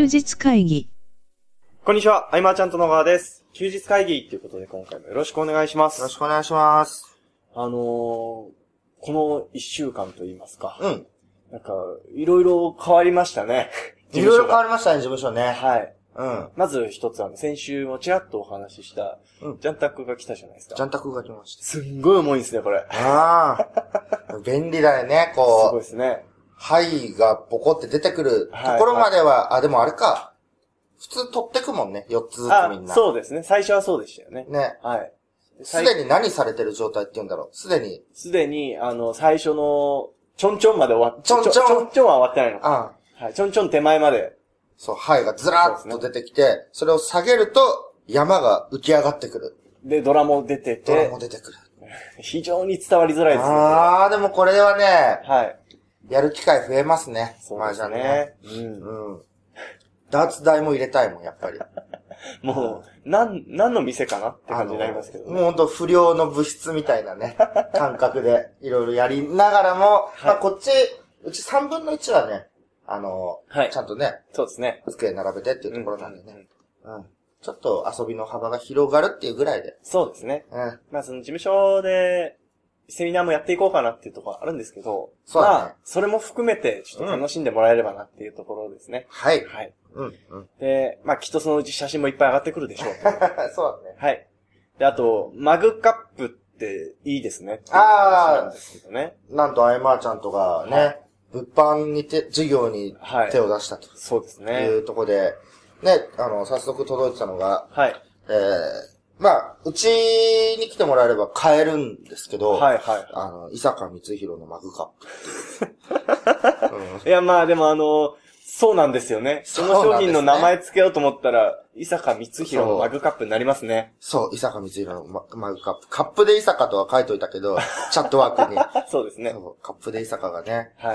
日会議。 こんにちは、アイマーちゃんと野川です。休日会議ということで今回もよろしくお願いします。 よろしくお願いします。 この一週間と言いますか。 うん。 なんか、いろいろ変わりましたね。 いろいろ変わりましたね、事務所ね。 はい。 うん。 まず一つ先週もちらっとお話しした、ジャンタックが来たじゃないですか。 ジャンタックが来ました。 すんごい重いんですね、これ。 ああ。便利だよね、こう。 すごいですね。 針がポコって出てくるところまでは、でもあれか。普通取ってくもんね、4つずつみんな。 そうですね。最初はそうでしたよね。 ね。 はい。 すでに何されてる状態って言うんだろう。すでに、 最初の、ちょんちょんまで終わっ、 ちょんちょんは終わってないのか。はい。ちょんちょん手前まで。 そう、針がずらーっと出てきて、それを下げると、山が浮き上がってくる。 で、ドラも出てて。 ドラも出てくる。 非常に伝わりづらいですね。 でもこれはね、 はい。 やる機会増えますね。 そうですね。 うん。ダーツ台も入れたいもん、やっぱり。 もう、何の店かなって感じになりますけどね。 もうほんと不良の物質みたいなね、感覚でいろいろやりながらも、まあこっち、うち3分の1はね、ちゃんとね、 そうですね。 机並べてっていうところなんでね。ちょっと遊びの幅が広がるっていうぐらいで。 そうですね。まあその事務所で、セミナーもやっていこうかなっていうところあるんですけど、 そうだね。 まあ、それも含めて、ちょっと楽しんでもらえればなっていうところですね。 はい。 はい。 うん。 で、まあきっとそのうち写真もいっぱい上がってくるでしょう。 そうだね。 はい。で、あと、マグカップっていいですね。なんですけどね。 なんとアイマーちゃんとかね、物販に事業に手を出したと。 そうですね。 いうところで、ね、早速届いてたのが、 はい。 まあ、うちに来てもらえれば買えるんですけど、 はい。 伊坂光弘のマグカップ。いや、まあでもそうなんですよね。その商品の名前付けようと思ったら、伊坂光弘のマグカップになりますね。 そう、伊坂光弘のマグカップ。カップで伊坂とは書いといたけど、チャットワークに。 そうですね。 カップで伊坂がね、 はい。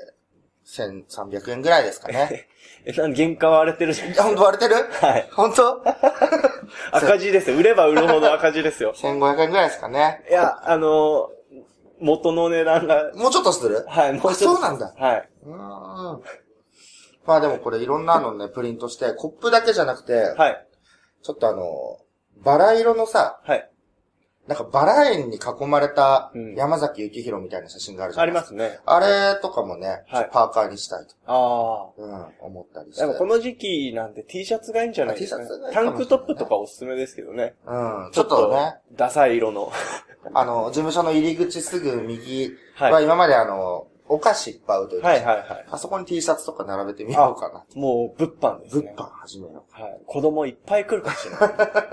1300円ぐらいですかね。 原価割れてるじゃん。 本当割れてる？ はい。 本当？ 赤字ですよ。売れば売るほど赤字ですよ。 1500円ぐらいですかね。 いや、元の値段が。 もうちょっとする？ はい、もうちょっと。 そうなんだ。 はい。 まあでもこれいろんなのね、プリントして、コップだけじゃなくて、 はい。 ちょっとバラ色のさ、 はい。 なんかバラ園に囲まれた山崎幸弘みたいな写真があるじゃないですか。 ありますね。 あれとかもね、パーカーにしたいと。思ったりして。 でもこの時期なんで T シャツがいいんじゃないですか、ね。タンクトップとかおすすめですけどね。 ちょっとね。 ダサい色の。 事務所の入り口すぐ右は今までお菓子いっぱい売ってる。あそこに T シャツとか並べてみようかな。 もう物販ですね。 物販始めよう。 はい。子供いっぱい来るかもしれ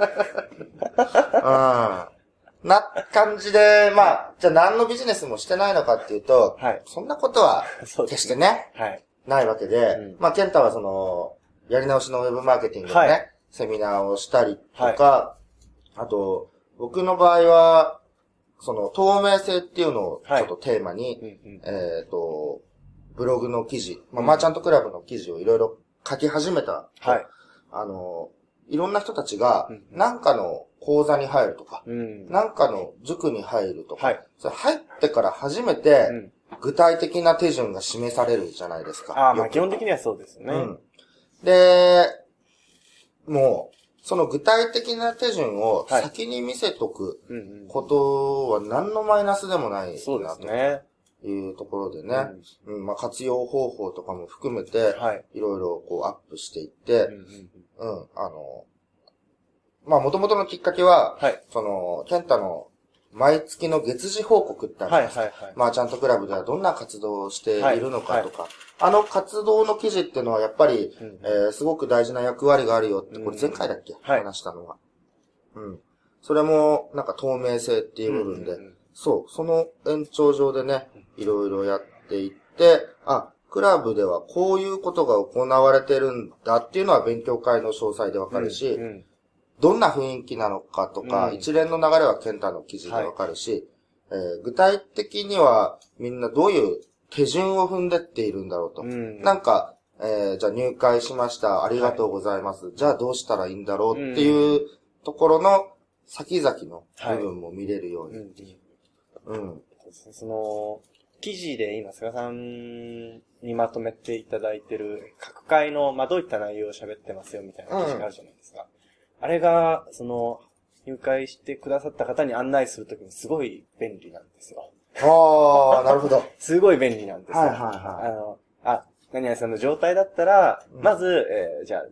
ない。 な感じで、まあ、じゃあ何のビジネスもしてないのかっていうと、そんなことは決してね、ないわけで、まあ、ケンタはやり直しのウェブマーケティングのね、セミナーをしたりとか、あと、僕の場合は、透明性っていうのをちょっとテーマに、ブログの記事、マーチャントクラブの記事をいろいろ書き始めた。いろんな人たちが、なんかの講座に入るとか、なんかの塾に入るとか、それ入ってから初めて、具体的な手順が示されるじゃないですか。 まあ基本的にはそうですね。 で、もう、その具体的な手順を先に見せとくことは何のマイナスでもないなそうですね。 というところでね、まあ活用方法とかも含めて、いろいろこうアップしていって、まあ元々のきっかけは、ケンタの毎月の月次報告ってあるんです。マーチャントクラブではどんな活動をしているのかとか、活動の記事っていうのはやっぱり、すごく大事な役割があるよって、これ前回だっけ、話したのは。それもなんか透明性っていう部分で、その延長上でね、いろいろやっていって、クラブではこういうことが行われてるんだっていうのは勉強会の詳細でわかるし、どんな雰囲気なのかとか、一連の流れはケンタの記事でわかるし、具体的にはみんなどういう手順を踏んでっているんだろうと。なんか、じゃあ入会しました。ありがとうございます。じゃあどうしたらいいんだろうっていうところの先々の部分も見れるように。 記事で今、菅さんにまとめていただいてる、各回の、まあ、どういった内容を喋ってますよみたいな記事があるじゃないですか。あれが、入会してくださった方に案内するときにすごい便利なんですよ。 ああ、なるほど。 すごい便利なんですよ。 はいはいはい。 何々さんの状態だったら、まず、じゃあ、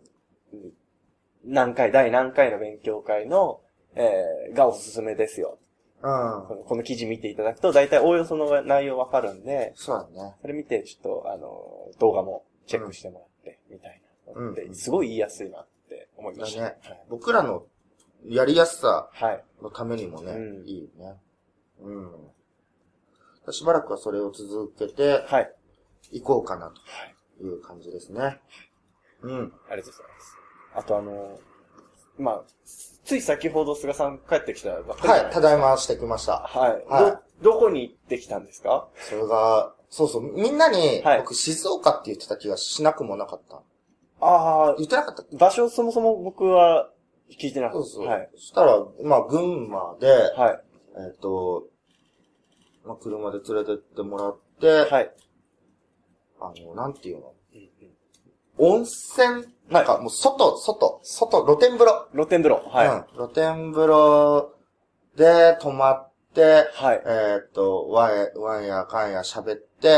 第何回の勉強会の、がおすすめですよ。この記事見ていただくと、だいたいおおよその内容わかるんで、 そうだね。 それ見て、ちょっと、動画もチェックしてもらって、みたいな。で、すごい言いやすいなって思いました。 ね。僕らのやりやすさのためにもね、いいね。しばらくはそれを続けて、いこうかなという感じですね。ありがとうございます。あとまあ、つい先ほど菅さん帰ってきたばっかりじゃないですか。 ただいましてきました。 どこに行ってきたんですか？ それが、みんなに、僕静岡って言ってた気がしなくもなかった。言ってなかったっけ？ 場所そもそも僕は聞いてなかった。 そしたら、まあ、群馬で、まあ、車で連れてってもらって、なんていうの？温泉、なんかもう外、露天風呂。 露天風呂。 露天風呂で泊まって、ワンやかんや喋って、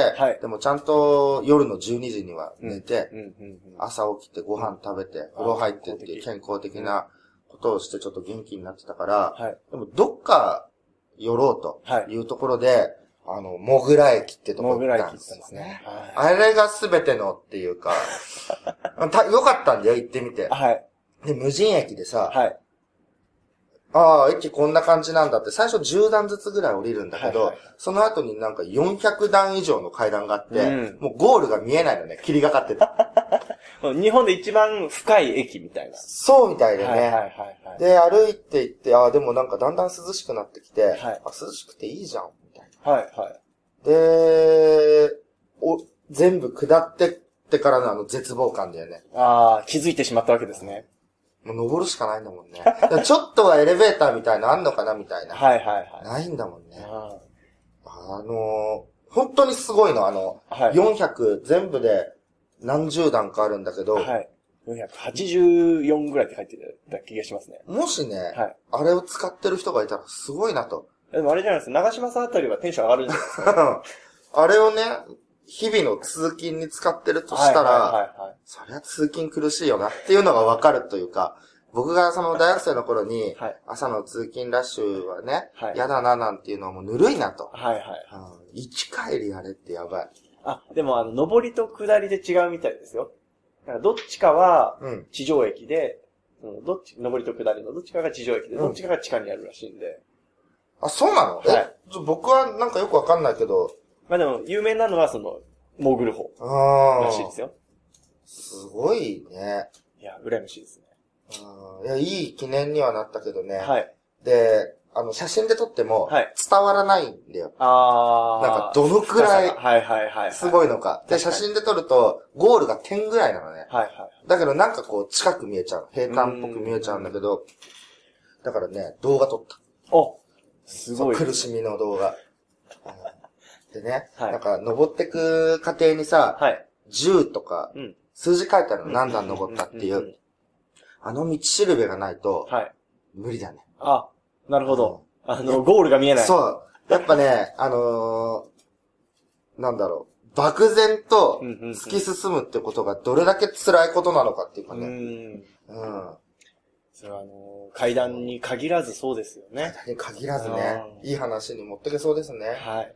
でもちゃんと夜の12時には寝て、朝起きてご飯食べて、風呂入ってっていう健康的なことをしてちょっと元気になってたから、でもどっか寄ろうというところで、もぐら駅ってとこ行ったんですね。あれが全てのっていうか、よかったんだよ、行ってみて。で、無人駅でさ、駅こんな感じなんだって、最初10段ずつぐらい降りるんだけど、その後になんか400段以上の階段があって、もうゴールが見えないのね、霧がかってて。 日本で一番深い駅みたいな。 そうみたいでね。で、歩いて行って、でもなんかだんだん涼しくなってきて、涼しくていいじゃん。で、全部下ってってからの絶望感だよね。 気づいてしまったわけですね。 もう登るしかないんだもんね。ちょっとはエレベーターみたいなのあんのかなみたいな。ないんだもんね。本当にすごいの。400全部で何十段かあるんだけど、 484ぐらいって書いてた気がしますね。 もしね、あれを使ってる人がいたらすごいなと。 でもあれじゃないですか、長島さんあたりはテンション上がるんじゃないですか、 あれをね、日々の通勤に使ってるとしたら、そりゃ通勤苦しいよなっていうのがわかるというか、僕がその大学生の頃に、朝の通勤ラッシュはね、嫌だななんていうのはもうぬるいなと。行き帰りあれってやばい。 でも上りと下りで違うみたいですよ。だからどっちかは地上駅で、上りと下りのどっちかが地上駅で、どっちかが地下にあるらしいんで。 そうなの？僕はなんかよくわかんないけど。 まあでも、有名なのは潜る方。らしいですよ。 すごいね。 いや、羨ましいですね。 いや、いい記念にはなったけどね。で、写真で撮っても、伝わらないんだよ。なんか、どのくらい、すごいのか。で、写真で撮ると、ゴールが点ぐらいなのね。だけどなんかこう、近く見えちゃう。平坦っぽく見えちゃうんだけど、だからね、動画撮った。すごい。苦しみの動画。でね、なんか、登ってく過程にさ、10とか、数字書いてあるの、何段登ったっていう。道しるべがないと、無理だね。 なるほど。ゴールが見えない。 そう。やっぱね、なんだろう。漠然と突き進むってことがどれだけ辛いことなのかっていうかね。 それは階段に限らずそうですよね。 階段に限らずね。いい話に持ってけそうですね。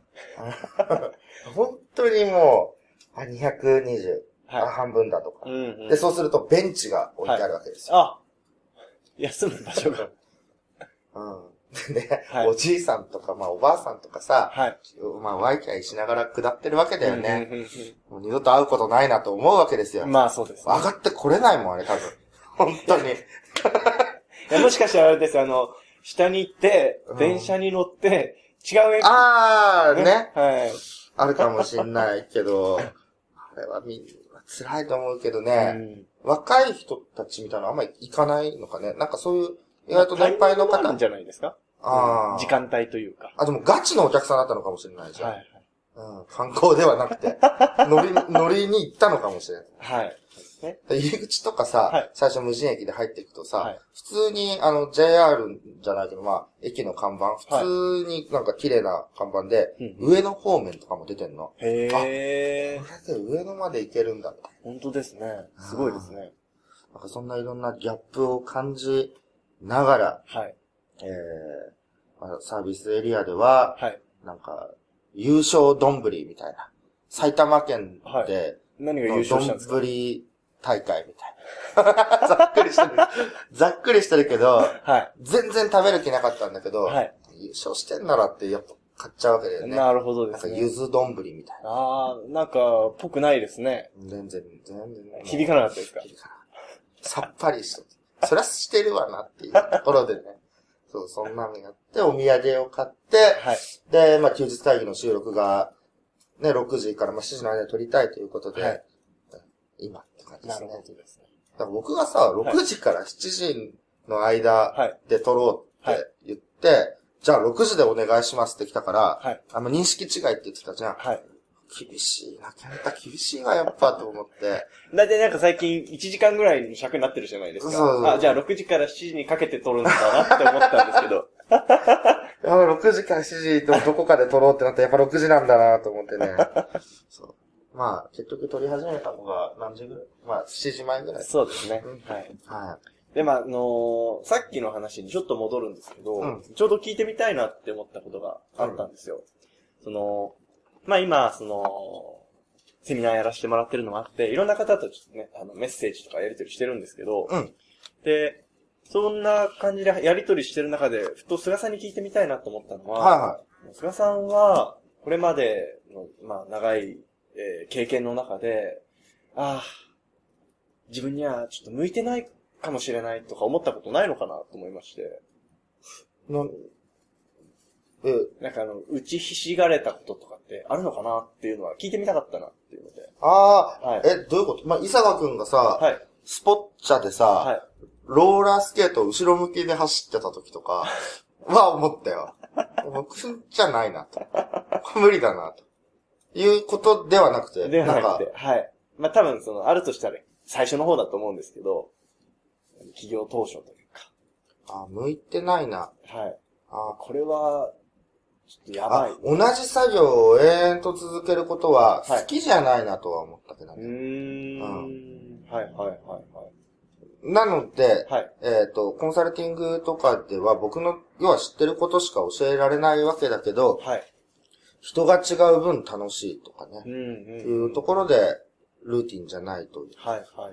本当にもう、220。半分だとか。で、そうするとベンチが置いてあるわけですよ。 休む場所が。 でね、おじいさんとか、まあおばあさんとかさ、まあワイキャイしながら下ってるわけだよね。もう二度と会うことないなと思うわけですよ。 まあそうです、 上がってこれないもん、あれ多分。本当に。 もしかしたらあれですよ、下に行って、電車に乗って、違う駅。 ね。あるかもしんないけど、あれはみんな辛いと思うけどね、若い人たちみたいなのあんまり行かないのかね。なんかそういう、意外と年配の方。 じゃないですか。時間帯というか。 でもガチのお客さんだったのかもしれないじゃん。 観光ではなくて、乗りに行ったのかもしれない。 はい。 入り口とかさ、最初無人駅で入っていくとさ、普通にJR じゃないけど、まあ、駅の看板、普通になんか綺麗な看板で、上野方面とかも出てんの。 へー。 これで上野まで行けるんだ。 本当ですね。すごいですね。 なんかそんないろんなギャップを感じながら、サービスエリアでは、なんか、優勝丼みたいな。埼玉県で、 何が優勝したんですか？ 丼大会みたいな。ざっくりしてるけど、全然食べる気なかったんだけど、優勝してんならってやっぱ買っちゃうわけだよね。 なるほどですね。 なんか柚子丼みたいな。 なんか、ぽくないですね。 全然。 響かなかったですか？ さっぱりして。そりゃしてるわなっていうところでね。そう、そんなのやって、お土産を買って、で、まあ、休日会議の収録が、ね、6時から7時の間で撮りたいということで、今って感じですね。なるほどですね。だから僕がさ、6時から7時の間で撮ろうって言って、じゃあ6時でお願いしますって来たから、認識違いって言ってたじゃん。厳しいな、健太厳しいわ、やっぱ、と思って。 だいたいなんか最近1時間ぐらいの尺になってるじゃないですか。そう。じゃあ6時から7時にかけて撮るんだなって思ったんですけど。 6時から7時とどこかで撮ろうってなったらやっぱ6時なんだなと思ってね。そう。まあ、結局撮り始めたのが何時ぐらい？まあ、7時前ぐらい。 そうですね。で、まあ、さっきの話にちょっと戻るんですけど、ちょうど聞いてみたいなって思ったことがあったんですよ。まあ今、セミナーやらせてもらってるのもあって、いろんな方とちょっとね、メッセージとかやり取りしてるんですけど、で、そんな感じでやり取りしてる中で、ふと菅さんに聞いてみたいなと思ったのは、菅さんは、これまでの、まあ長い、経験の中で、自分にはちょっと向いてないかもしれないとか思ったことないのかなと思いまして。なんか打ちひしがれたこととかってあるのかなっていうのは聞いてみたかったなっていうので。 どういうこと？まあ、伊坂くんがさ、スポッチャでさ、ローラースケートを後ろ向きで走ってた時とかは思ったよ。僕じゃないなと。無理だなと。いうことではなくて。 ではなくて。まあ、多分あるとしたら最初の方だと思うんですけど、企業当初というか。 向いてないな。 これは、ちょっとやばい。 同じ作業を永遠と続けることは好きじゃないなとは思ったけどね。なので、コンサルティングとかでは僕の要は知ってることしか教えられないわけだけど、人が違う分楽しいとかね、いうところでルーティンじゃないという。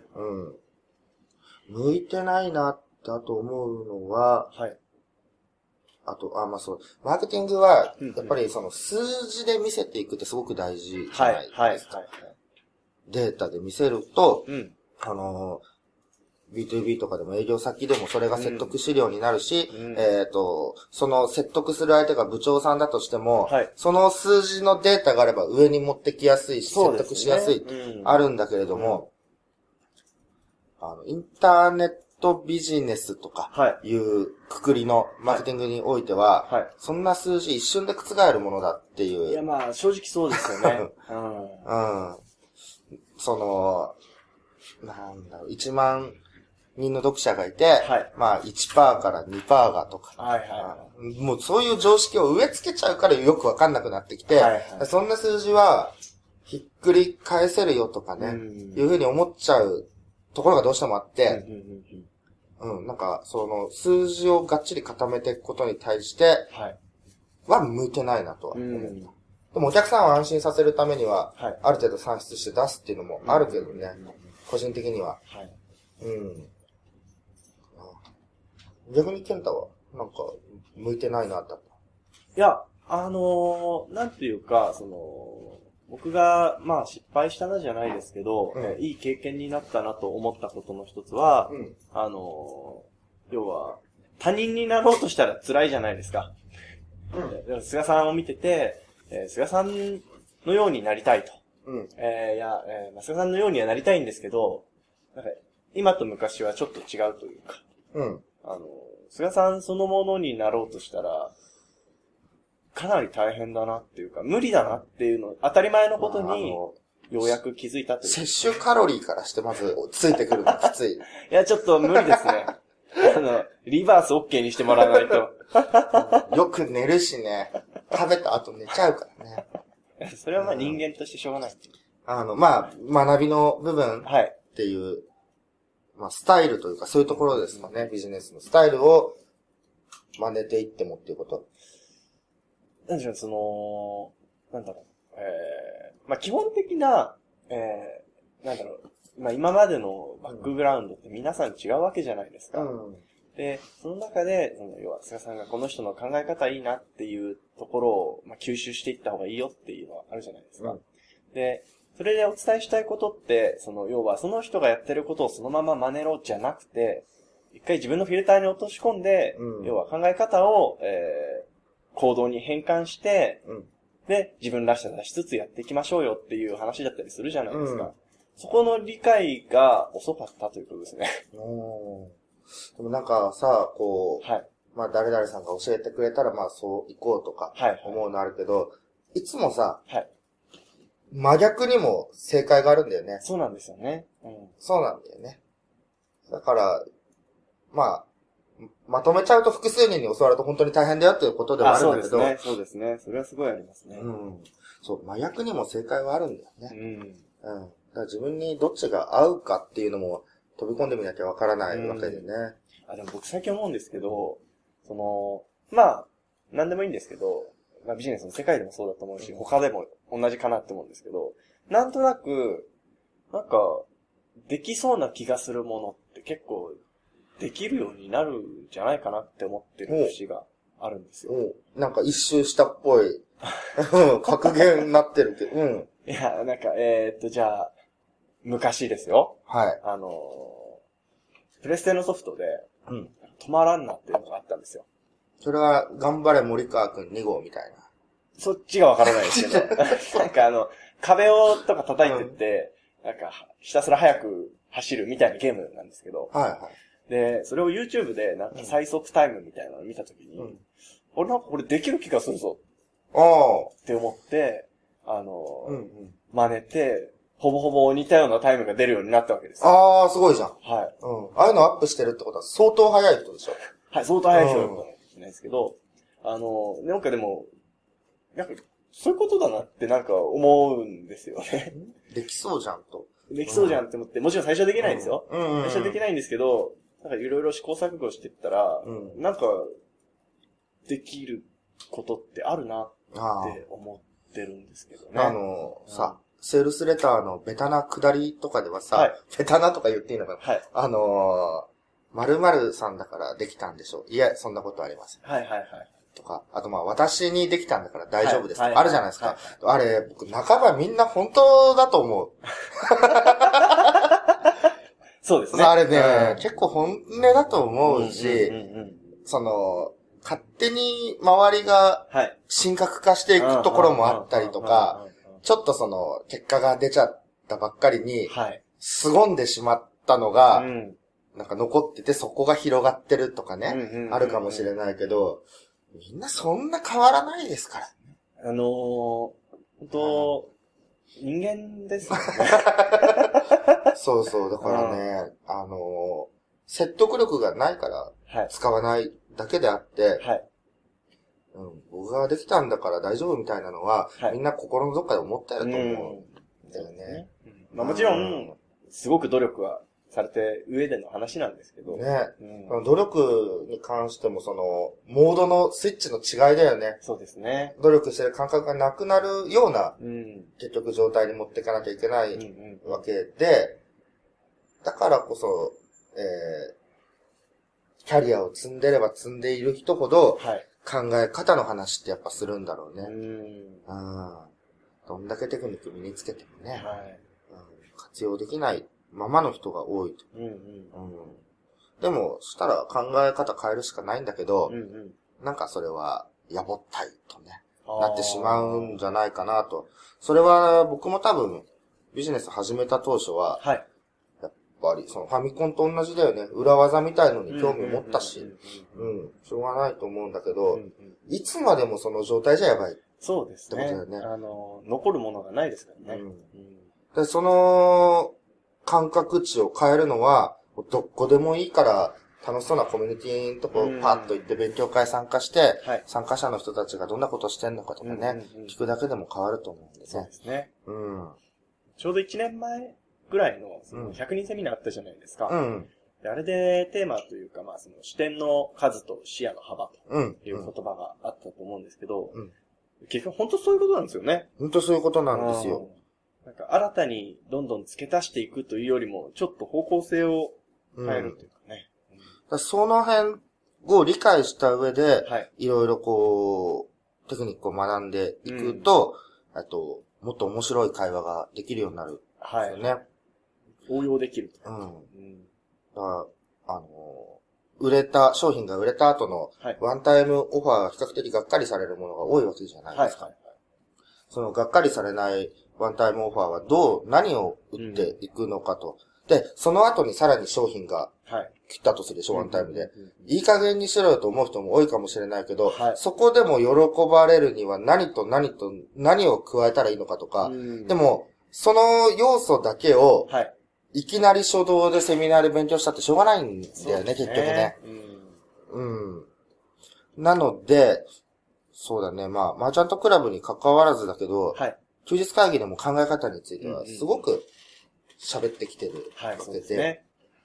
向いてないなだと思うのは、あと、まあそう、マーケティングは、やっぱり数字で見せていくってすごく大事じゃないですか。データで見せると、B2B とかでも営業先でもそれが説得資料になるし、その説得する相手が部長さんだとしても、その数字のデータがあれば上に持ってきやすいし、説得しやすい、あるんだけれども、インターネットビジネスとかいうくくりのマーケティングにおいては、そんな数字一瞬で覆るものだっていう。 いやまあ正直そうですよね。 なんだろう、1万人の読者がいて、まあ 1% から 2% がとか、もうそういう常識を植え付けちゃうからよくわかんなくなってきて、そんな数字はひっくり返せるよとかね、いうふうに思っちゃうところがどうしてもあって、なんか、数字をがっちり固めていくことに対して、は向いてないなとは思う。でもお客さんを安心させるためには、ある程度算出して出すっていうのもあるけどね、個人的には。逆に健太は、なんか、向いてないな、だった。 いや、なんていうか、僕が、まあ失敗したなじゃないですけど、いい経験になったなと思ったことの一つは、要は、他人になろうとしたら辛いじゃないですか。菅さんを見てて、菅さんのようになりたいと。菅さんのようにはなりたいんですけど、なんか今と昔はちょっと違うというか、菅さんそのものになろうとしたら、 かなり大変だなっていうか、無理だなっていうの、当たり前のことに、ようやく気づいたという。 摂取カロリーからしてまず、ついてくるのきつい。 いや、ちょっと無理ですね。リバース OK にしてもらわないと。よく寝るしね。食べた後寝ちゃうからね。それはまあ人間としてしょうがない。 まあ、学びの部分っていう、まあ、スタイルというかそういうところですかね。ビジネスのスタイルを真似ていってもっていうこと。 なんでしょう、なんだろう。まあ基本的な、なんだろう。まあ今までのバックグラウンドって皆さん違うわけじゃないですか。で、その中で、要は菅さんがこの人の考え方いいなっていうところを、まあ、吸収していった方がいいよっていうのはあるじゃないですか。で、それでお伝えしたいことって、要はその人がやってることをそのまま真似ろじゃなくて、一回自分のフィルターに落とし込んで、要は考え方を、行動に変換して、で、自分らしさ出しつつやっていきましょうよっていう話だったりするじゃないですか。そこの理解が遅かったということですね。 でもなんかさ、まあ誰々さんが教えてくれたらまあそう行こうとか思うのあるけど、いつもさ、真逆にも正解があるんだよね。 そうなんですよね。 そうなんだよね。だから、まあ、まとめちゃうと複数人に教わると本当に大変だよっていうことではあるんだけど。 そうですね。それはすごいありますね。 そう、真逆にも正解はあるんだよね。だから自分にどっちが合うかっていうのも飛び込んでみなきゃわからないわけでね。 でも僕最近思うんですけど、まあ、なんでもいいんですけど、まあビジネスの世界でもそうだと思うし、他でも同じかなって思うんですけど、なんとなく、なんか、できそうな気がするものって結構、できるようになるんじゃないかなって思ってる節があるんですよ。 なんか一周したっぽい、格言になってるけど、 いや、なんか、じゃあ、昔ですよ。プレステのソフトで、止まらんなっていうのがあったんですよ。それは、頑張れ森川くん2号みたいな。 そっちがわからないですけど、なんか壁をとか叩いてって、なんか、ひたすら早く走るみたいなゲームなんですけど、で、それを YouTube で、なんか最速タイムみたいなのを見たときに、俺なんかこれできる気がするぞ。って思って、真似て、ほぼほぼ似たようなタイムが出るようになったわけです。 すごいじゃん。ああいうのアップしてるってことは相当早い人でしょ。 はい、相当早い人だったかもしれないですけど、なんかでも、なんか、そういうことだなってなんか思うんですよね。 できそうじゃんと。 できそうじゃんって思って、もちろん最初はできないんですよ。最初はできないんですけど、なんかいろいろ試行錯誤していったら、なんか、できることってあるなって思ってるんですけどね。 セールスレターのベタな下りとかではさ、ベタなとか言っていいのかな、〇〇さんだからできたんでしょう。いや、そんなことありません。とか、あとまあ私にできたんだから大丈夫です。あるじゃないですか。あれ、僕、半ばみんな本当だと思う。 そうですね。 あれね、結構本音だと思うし、勝手に周りが神格化していくところもあったりとか、ちょっと結果が出ちゃったばっかりに、凄んでしまったのが、なんか残っててそこが広がってるとかね、あるかもしれないけど、みんなそんな変わらないですから。 本当人間ですよね。 そうそう、だからね、説得力がないから使わないだけであって、僕ができたんだから大丈夫みたいなのは、みんな心のどっかで思ってると思うんだよね。 まあもちろん、すごく努力はされて上での話なんですけど。 努力に関してもモードのスイッチの違いだよね。 そうですね。 努力してる感覚がなくなるような、結局状態に持っていかなきゃいけないわけで、だからこそ、キャリアを積んでれば積んでいる人ほど、考え方の話ってやっぱするんだろうね。どんだけテクニック身につけてもね、活用できないままの人が多いと。でも、したら考え方変えるしかないんだけど、なんかそれはやぼったいとね、なってしまうんじゃないかなと。それは僕も多分ビジネス始めた当初は、やっぱり、そのファミコンと同じだよね。裏技みたいのに興味持ったし、しょうがないと思うんだけど、いつまでもその状態じゃやばい。 そうですね。ってことだよね。残るものがないですからね。 で、その感覚値を変えるのは、どこでもいいから、楽しそうなコミュニティのとこパッと行って勉強会参加して、参加者の人たちがどんなことしてんのかとかね、聞くだけでも変わると思うんですね。 そうですね。ちょうど1年前ぐらいの、その100人セミナーあったじゃないですか。であれでテーマというか、まあその視点の数と視野の幅という言葉があったと思うんですけど、結局本当そういうことなんですよね。 本当そういうことなんですよ。 なんか新たにどんどん付け足していくというよりも、ちょっと方向性を変えるというかね。 その辺を理解した上で、いろいろこう、テクニックを学んでいくと、もっと面白い会話ができるようになるんですよね。 応用できると。 だから、商品が売れた後のワンタイムオファーが比較的がっかりされるものが多いわけじゃないですか。そのがっかりされないワンタイムオファーは何を売っていくのかと。で、その後にさらに商品が来たとするでしょ、ワンタイムで。いい加減にしろよと思う人も多いかもしれないけど、そこでも喜ばれるには何を加えたらいいのかとか、でも、その要素だけを、いきなり初動でセミナーで勉強したってしょうがないんだよね、結局ね。なので、そうだね、まあ、マーチャントクラブに関わらずだけど、休日会議でも考え方についてはすごく喋ってきてるわけで、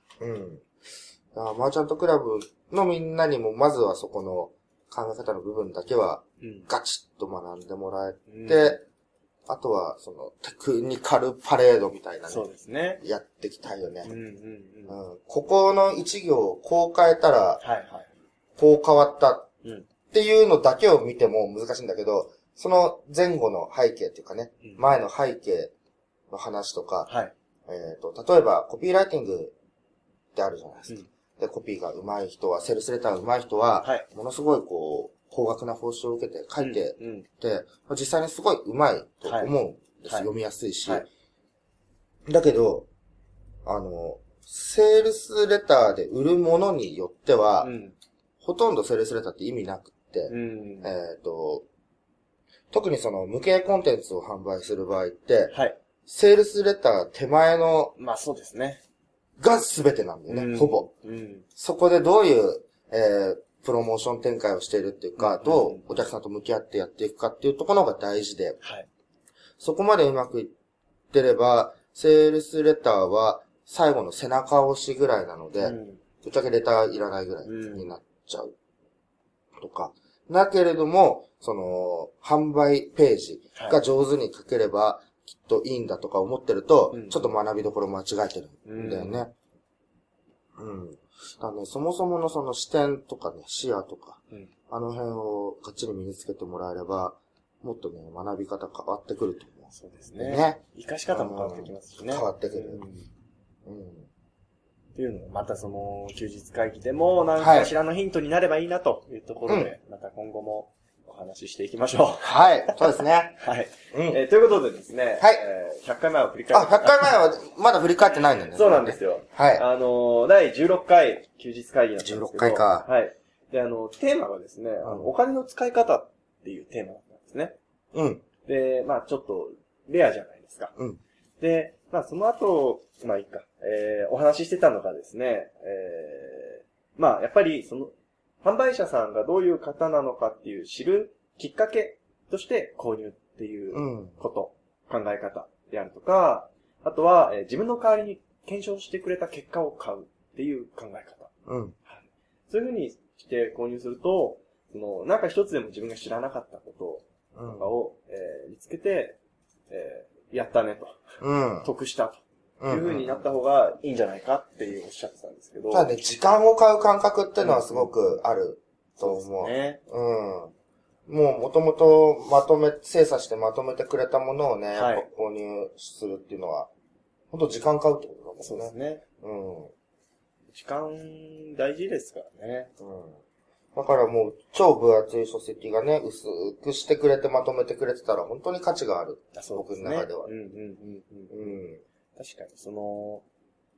マーチャントクラブのみんなにもまずはそこの考え方の部分だけはガチッと学んでもらえて、あとはそのテクニカルパレードみたいなね、やっていきたいよね。ここの一行をこう変えたら、こう変わったっていうのだけを見ても難しいんだけど、その前後の背景っていうかね、前の背景の話とか、例えばコピーライティングってあるじゃないですか。で、コピーが上手い人は、セールスレターが上手い人は、ものすごいこう、高額な報酬を受けて書いて、で、実際にすごい上手いと思うんです。読みやすいし。だけど、セールスレターで売るものによっては、ほとんどセールスレターって意味なくって、特にその無形コンテンツを販売する場合って、セールスレター手前の、 まあそうですね。 が全てなんだよね、ほぼ。そこでどういう、プロモーション展開をしているっていうか、どうお客さんと向き合ってやっていくかっていうところが大事で、そこまでうまくいってれば、セールスレターは最後の背中押しぐらいなので、ぶっちゃけレターいらないぐらいになっちゃう。とか。だけれども、その、販売ページが上手に書ければ、きっといいんだとか思ってると、ちょっと学びどころ間違えてるんだよね。だね、そもそものその視点とかね、視野とか、あの辺をがっちり身につけてもらえれば、もっとね、学び方変わってくると思う。 そうですね。活かし方も変わってきますしね。 変わってくる。 っていうのも、またその、休日会議でも、何かしらのヒントになればいいなというところで、また今後もお話ししていきましょう。 はい、そうですね。 ということでですね、100回前を振り返って。 100回前はまだ振り返ってないんだよね。 そうなんですよ。第16回休日会議なんですけど。 16回か。 で、テーマがですね、お金の使い方っていうテーマだったんですね。で、まあちょっと、レアじゃないですか。で、まあその後、まあいいか、お話ししてたのがですね、まあやっぱりその、販売者さんがどういう方なのかっていう知るきっかけとして購入っていうこと、考え方であるとか、あとは、自分の代わりに検証してくれた結果を買うっていう考え方。そういうふうにして購入すると、その、なんか一つでも自分が知らなかったこととかを、見つけて、やったねと。得したと。いう風になった方がいいんじゃないかっていうおっしゃってたんですけど。 ただね、時間を買う感覚っていうのはすごくあると思う。そうですね。もう元々精査してまとめてくれたものをね、やっぱ購入するっていうのは、本当時間買うってことだもんね。 そうですね。時間大事ですからね。 だからもう超分厚い書籍がね、薄くしてくれてまとめてくれてたら本当に価値がある。僕の中では。 確かにその、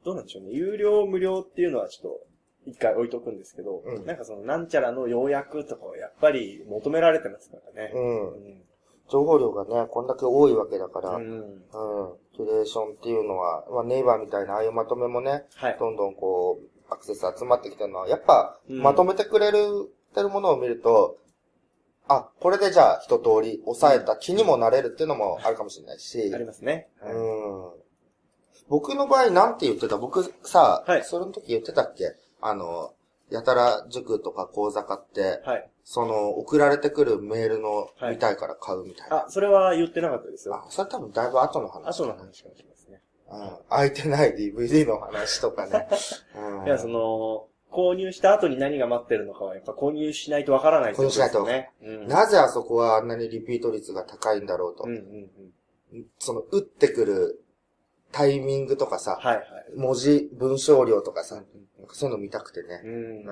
どうなんでしょうね。有料、無料っていうのはちょっと、一回置いとくんですけど、なんかその、なんちゃらの要約とかはやっぱり求められてますからね。 情報量がね、こんだけ多いわけだから、キュレーションっていうのは、まあ、ネイバーみたいなああいうまとめもね、どんどんこう、アクセス集まってきてるのは、やっぱ、まとめてくれてるものを見ると、あ、これでじゃあ一通り抑えた気にもなれるっていうのもあるかもしれないし。 ありますね。 僕の場合なんて言ってた？僕さ、その時言ってたっけ？やたら塾とか講座買って、その、送られてくるメールの見たいから買うみたいな。 あ、それは言ってなかったですよ。 それ多分だいぶ後の話。 後の話かもしれないですね。 空いてない DVD の話とかね。 いや、購入した後に何が待ってるのかはやっぱ購入しないとわからないってことですよね。 なぜあそこはあんなにリピート率が高いんだろうと。その、打ってくるタイミングとかさ、文字、文章量とかさ、そういうの見たくてね。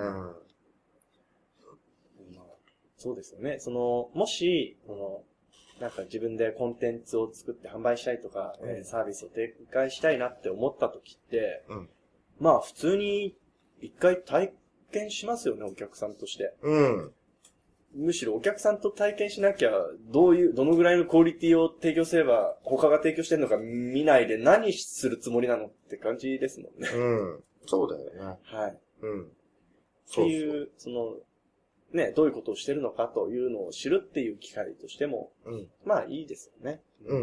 そうですよね。もし、なんか自分でコンテンツを作って販売したいとか、サービスを展開したいなって思った時って、まあ普通に一回体験しますよね、お客さんとして。むしろお客さんと体験しなきゃ、どのぐらいのクオリティを提供すれば、他が提供してるのか見ないで何するつもりなのって感じですもんね。 そうだよね。 っていう、ね、どういうことをしてるのかというのを知るっていう機会としても、まあいいですよね。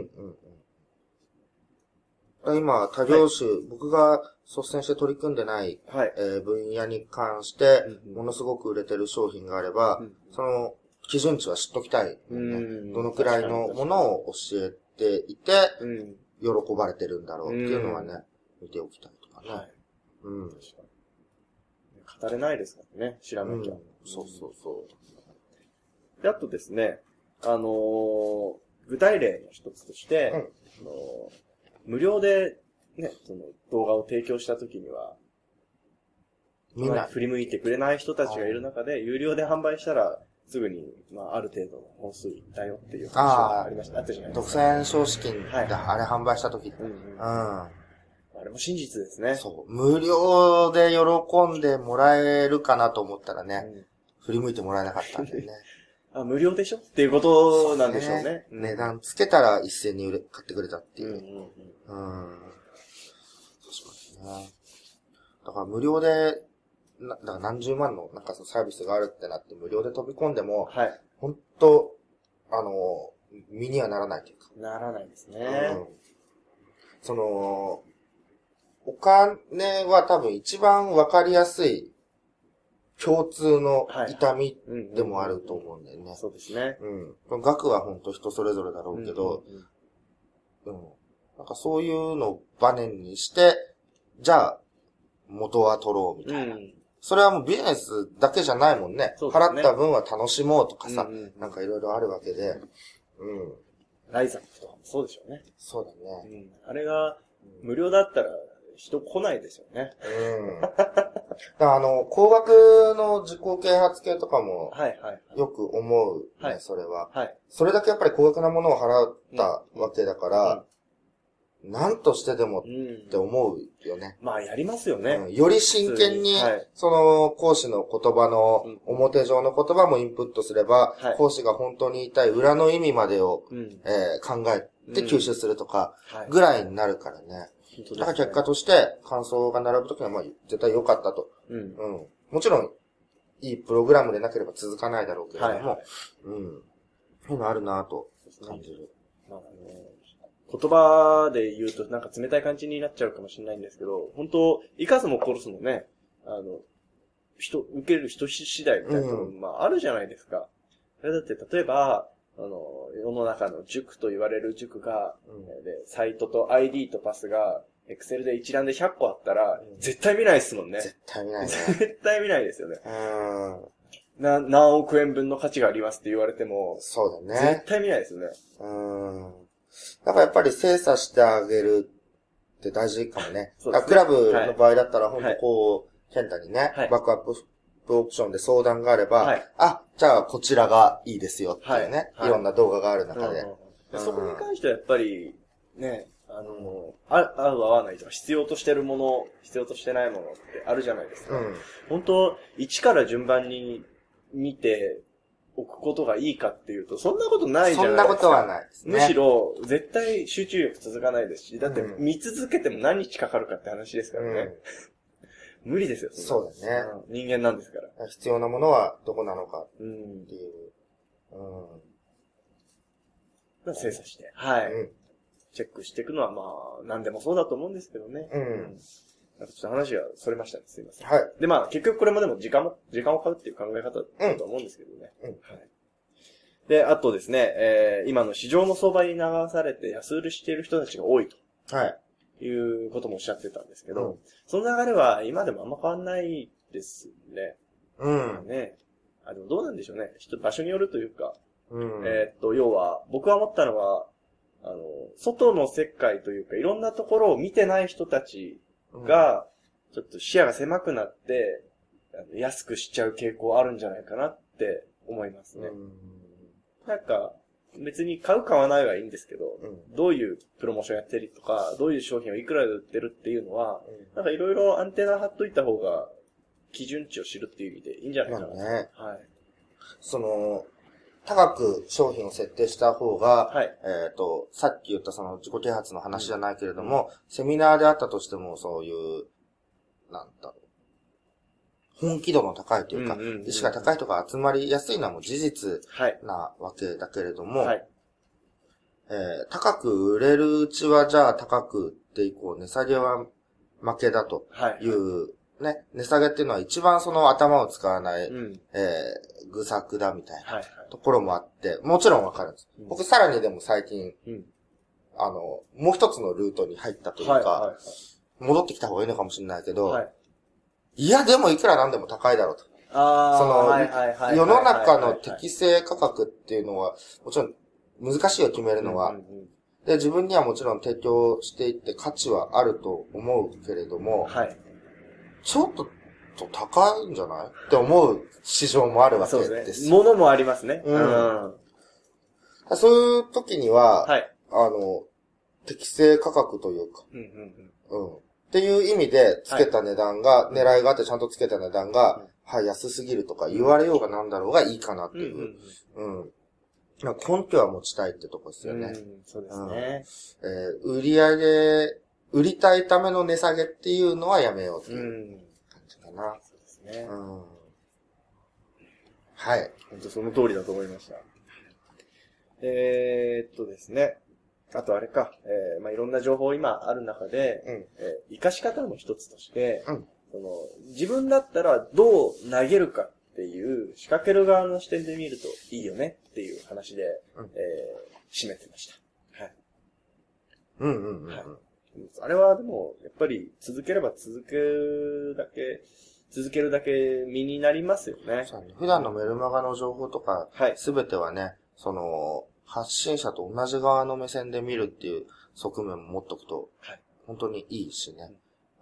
今、他業種、僕が率先して取り組んでない、分野に関して、ものすごく売れてる商品があれば、その基準値は知っときたい、どのくらいのものを教えていて、喜ばれてるんだろうっていうのはね、見ておきたいとかね。 語れないですからね、知らなきゃ。 そう。 で、あとですね、具体例の一つとして、無料で、ね、動画を提供したときには、振り向いてくれない人たちがいる中で、有料で販売したら、すぐに、まあ、ある程度の本数いったよっていう話がありました。あったじゃないですか。 独占商資金だ、あれ販売したときって。 あれも真実ですね。 そう。無料で喜んでもらえるかなと思ったらね、振り向いてもらえなかったんでね。 無料でしょっていうことなんでしょうね。 値段つけたら一斉に買ってくれたっていう。確かにね。だから無料で、だから何十万のなんかそのサービスがあるってなって無料で飛び込んでも、本当身にはならないというか。 ならないですね。 お金は多分一番わかりやすい共通の痛みでもあると思うんだよね。 そうですね。 額は本当人それぞれだろうけど、なんかそういうのをバネにして、じゃあ元は取ろうみたいな。それはもうビジネスだけじゃないもんね。払った分は楽しもうとかさ、なんかいろいろあるわけで。 ライザップとかもそうでしょうね。 そうだね。 あれが無料だったら人来ないですよね。 高額の自己啓発系とかも、よく思うね、それは。それだけやっぱり高額なものを払ったわけだから、何としてでもって思うよね。 まあやりますよね。 より真剣に、その講師の言葉の表上の言葉もインプットすれば、講師が本当に言いたい裏の意味までを、考えて吸収するとか、ぐらいになるからね。だから結果として感想が並ぶときはまあ絶対良かったと。もちろん、いいプログラムでなければ続かないだろうけれども、そういうのあるなぁと感じる。 言葉で言うとなんか冷たい感じになっちゃうかもしれないんですけど、本当生かすも殺すもね、受ける人次第みたいなところもあるじゃないですか。それだって例えば、世の中の塾と言われる塾が、でサイトと ID とパスが、Excel で一覧で100個あったら、絶対見ないですもんね。 絶対見ないね。 絶対見ないですよね。何億円分の価値がありますって言われても、 そうだね。 絶対見ないですよね。 だからやっぱり精査してあげるって大事かもね。クラブの場合だったら、本当こう、健太にね、バックアップオプションで相談があれば、じゃあこちらがいいですよっていうね、いろんな動画がある中で。 そこに関してはやっぱり、ね、 合う合わないとか、必要としてるもの、必要としてないものってあるじゃないですか。本当、一から順番に見ておくことがいいかっていうと、そんなことないじゃないですか。 そんなことはないですね。 むしろ、絶対集中力続かないですし、だって見続けても何日かかるかって話ですからね。無理ですよ、 そうだね。 人間なんですから。 必要なものはどこなのかっていう。 精査して。はい。チェックしていくのはまあ、何でもそうだと思うんですけどね。なんかちょっと話がそれましたね。すいません。 はい。 でまあ、結局これもでも時間を買うっていう考え方だと思うんですけどね。はい。で、あとですね、今の市場の相場に流されて安売りしている人たちが多いと。はい。いうこともおっしゃってたんですけど、その流れは今でもあんま変わんないですね。ね。でもどうなんでしょうね。場所によるというか、要は、僕が思ったのは、外の世界というか、いろんなところを見てない人たちが、ちょっと視野が狭くなって、安くしちゃう傾向あるんじゃないかなって思いますね。なんか、別に買う買わないはいいんですけど、どういうプロモーションやってるとか、どういう商品をいくらで売ってるっていうのは、なんかいろいろアンテナ張っといた方が、基準値を知るっていう意味でいいんじゃないかな。はい。 高く商品を設定した方が、さっき言ったその自己啓発の話じゃないけれども、セミナーであったとしてもそういう、なんだろう。本気度の高いというか、意識が高い人が集まりやすいのはもう事実なわけだけれども、高く売れるうちはじゃあ高く売っていこう、値下げは負けだという、ね、値下げっていうのは一番その頭を使わない、愚策だみたいなところもあって、もちろんわかるんです。僕さらにでも最近、もう一つのルートに入ったというか、戻ってきた方がいいのかもしれないけど、いやでもいくらなんでも高いだろうと。世の中の適正価格っていうのは、もちろん難しいよ決めるのは。で、自分にはもちろん提供していって価値はあると思うけれども、ちょっと高いんじゃないって思う市場もあるわけです。 ものもありますね。 そういう時には、適正価格というか、っていう意味でつけた値段が、狙いがあってちゃんとつけた値段が、安すぎるとか言われようがなんだろうがいいかなっていう。根拠は持ちたいってとこですよね。 そうですね。 売りたいための値下げっていうのはやめようっていう感じかな。 そうですね。 はい。 本当その通りだと思いました。ですね。あとあれか、いろんな情報今ある中で、活かし方の一つとして、自分だったらどう投げるかっていう仕掛ける側の視点で見るといいよねっていう話で、締めてました。はい。あれはでも、やっぱり続ければ続けるだけ身になりますよね。 普段のメルマガの情報とか、すべてはね、発信者と同じ側の目線で見るっていう側面も持っとくと、本当にいいしね。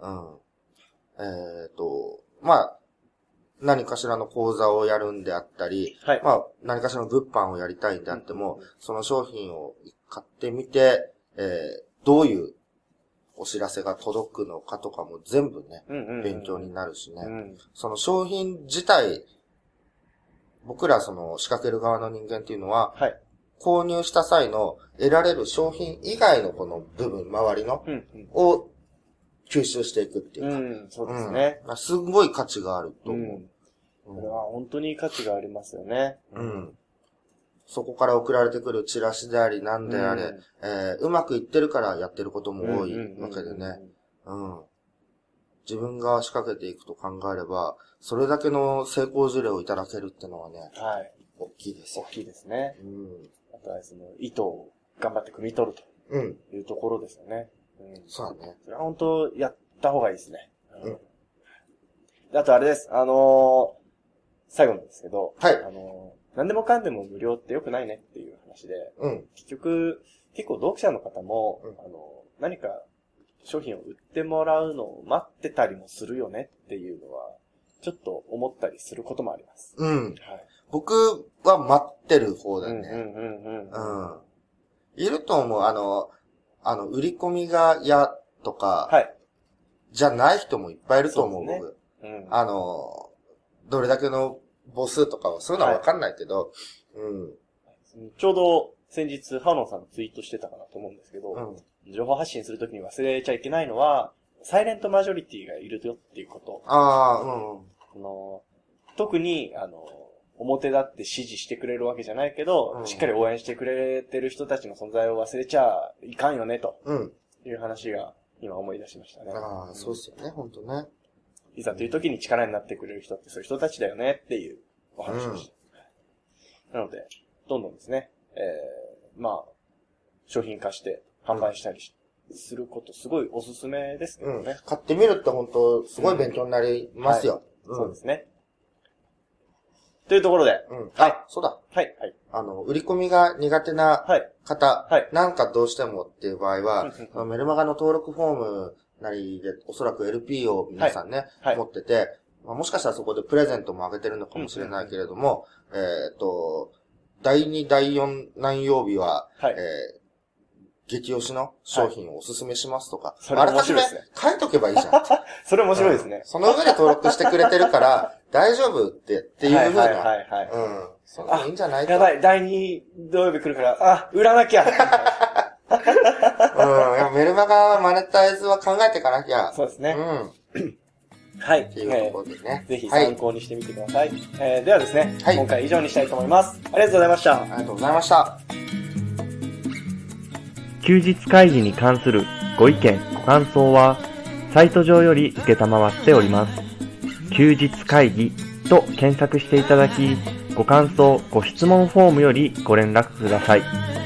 何かしらの講座をやるんであったり、何かしらの物販をやりたいんであっても、その商品を買ってみて、どういうお知らせが届くのかとかも全部ね、勉強になるしね。その商品自体、僕らその仕掛ける側の人間っていうのは、購入した際の得られる商品以外のこの部分、周りの、を吸収していくっていうか。 そうですね。 すごい価値があると思う。 これは本当に価値がありますよね。 そこから送られてくるチラシであり何であれ、うまくいってるからやってることも多いわけでね。自分が仕掛けていくと考えれば、それだけの成功事例をいただけるってのはね、大きいですよ。 大きいですね。あとはその意図を頑張って汲み取るというところですよね。 そうだね。 それは本当やった方がいいですね。あとあれです。最後なんですけど、何でもかんでも無料って良くないねっていう話で、結構読者の方も、何か商品を売ってもらうのを待ってたりもするよねっていうのは、ちょっと思ったりすることもあります。 僕は待ってる方だね。いると思う。 売り込みが嫌とか、はい。じゃない人もいっぱいいると思う、僕。うん。どれだけの母数とかはそういうのはわかんないけど、 ちょうど先日、ハノンさんのツイートしてたかなと思うんですけど、情報発信するときに忘れちゃいけないのは、サイレントマジョリティがいるよっていうこと。特に、表立って支持してくれるわけじゃないけど、しっかり応援してくれてる人たちの存在を忘れちゃいかんよね、という話が今思い出しましたね。 そうですよね、ほんとね。 いざという時に力になってくれる人ってそういう人たちだよねっていうお話でした。なので、どんどんですね、商品化して販売したりすることすごいおすすめですけどね。 買ってみるって本当すごい勉強になりますよ。 そうですね。というところで。 そうだ。 はい。 売り込みが苦手な方、なんかどうしてもっていう場合は、メルマガの登録フォームなりで、おそらく LP を皆さんね、持ってて、もしかしたらそこでプレゼントもあげてるのかもしれないけれども、第2、第4何曜日は、激推しの商品をおすすめしますとか、 あらかじめ書いとけばいいじゃん。 それ面白いですね。 その上で登録してくれてるから、大丈夫っていうふうな。それでいいんじゃないか。 やばい、第2土曜日来るから、売らなきゃ。 メルマガマネタイズは考えていかなきゃ。 そうですね。はい。 っていうところでね。 ぜひ参考にしてみてください。ではですね、今回以上にしたいと思います。ありがとうございました。 ありがとうございました。 休日会議に関するご意見、ご感想は、サイト上より受けたまわっております。休日会議と検索していただき、ご感想、ご質問フォームよりご連絡ください。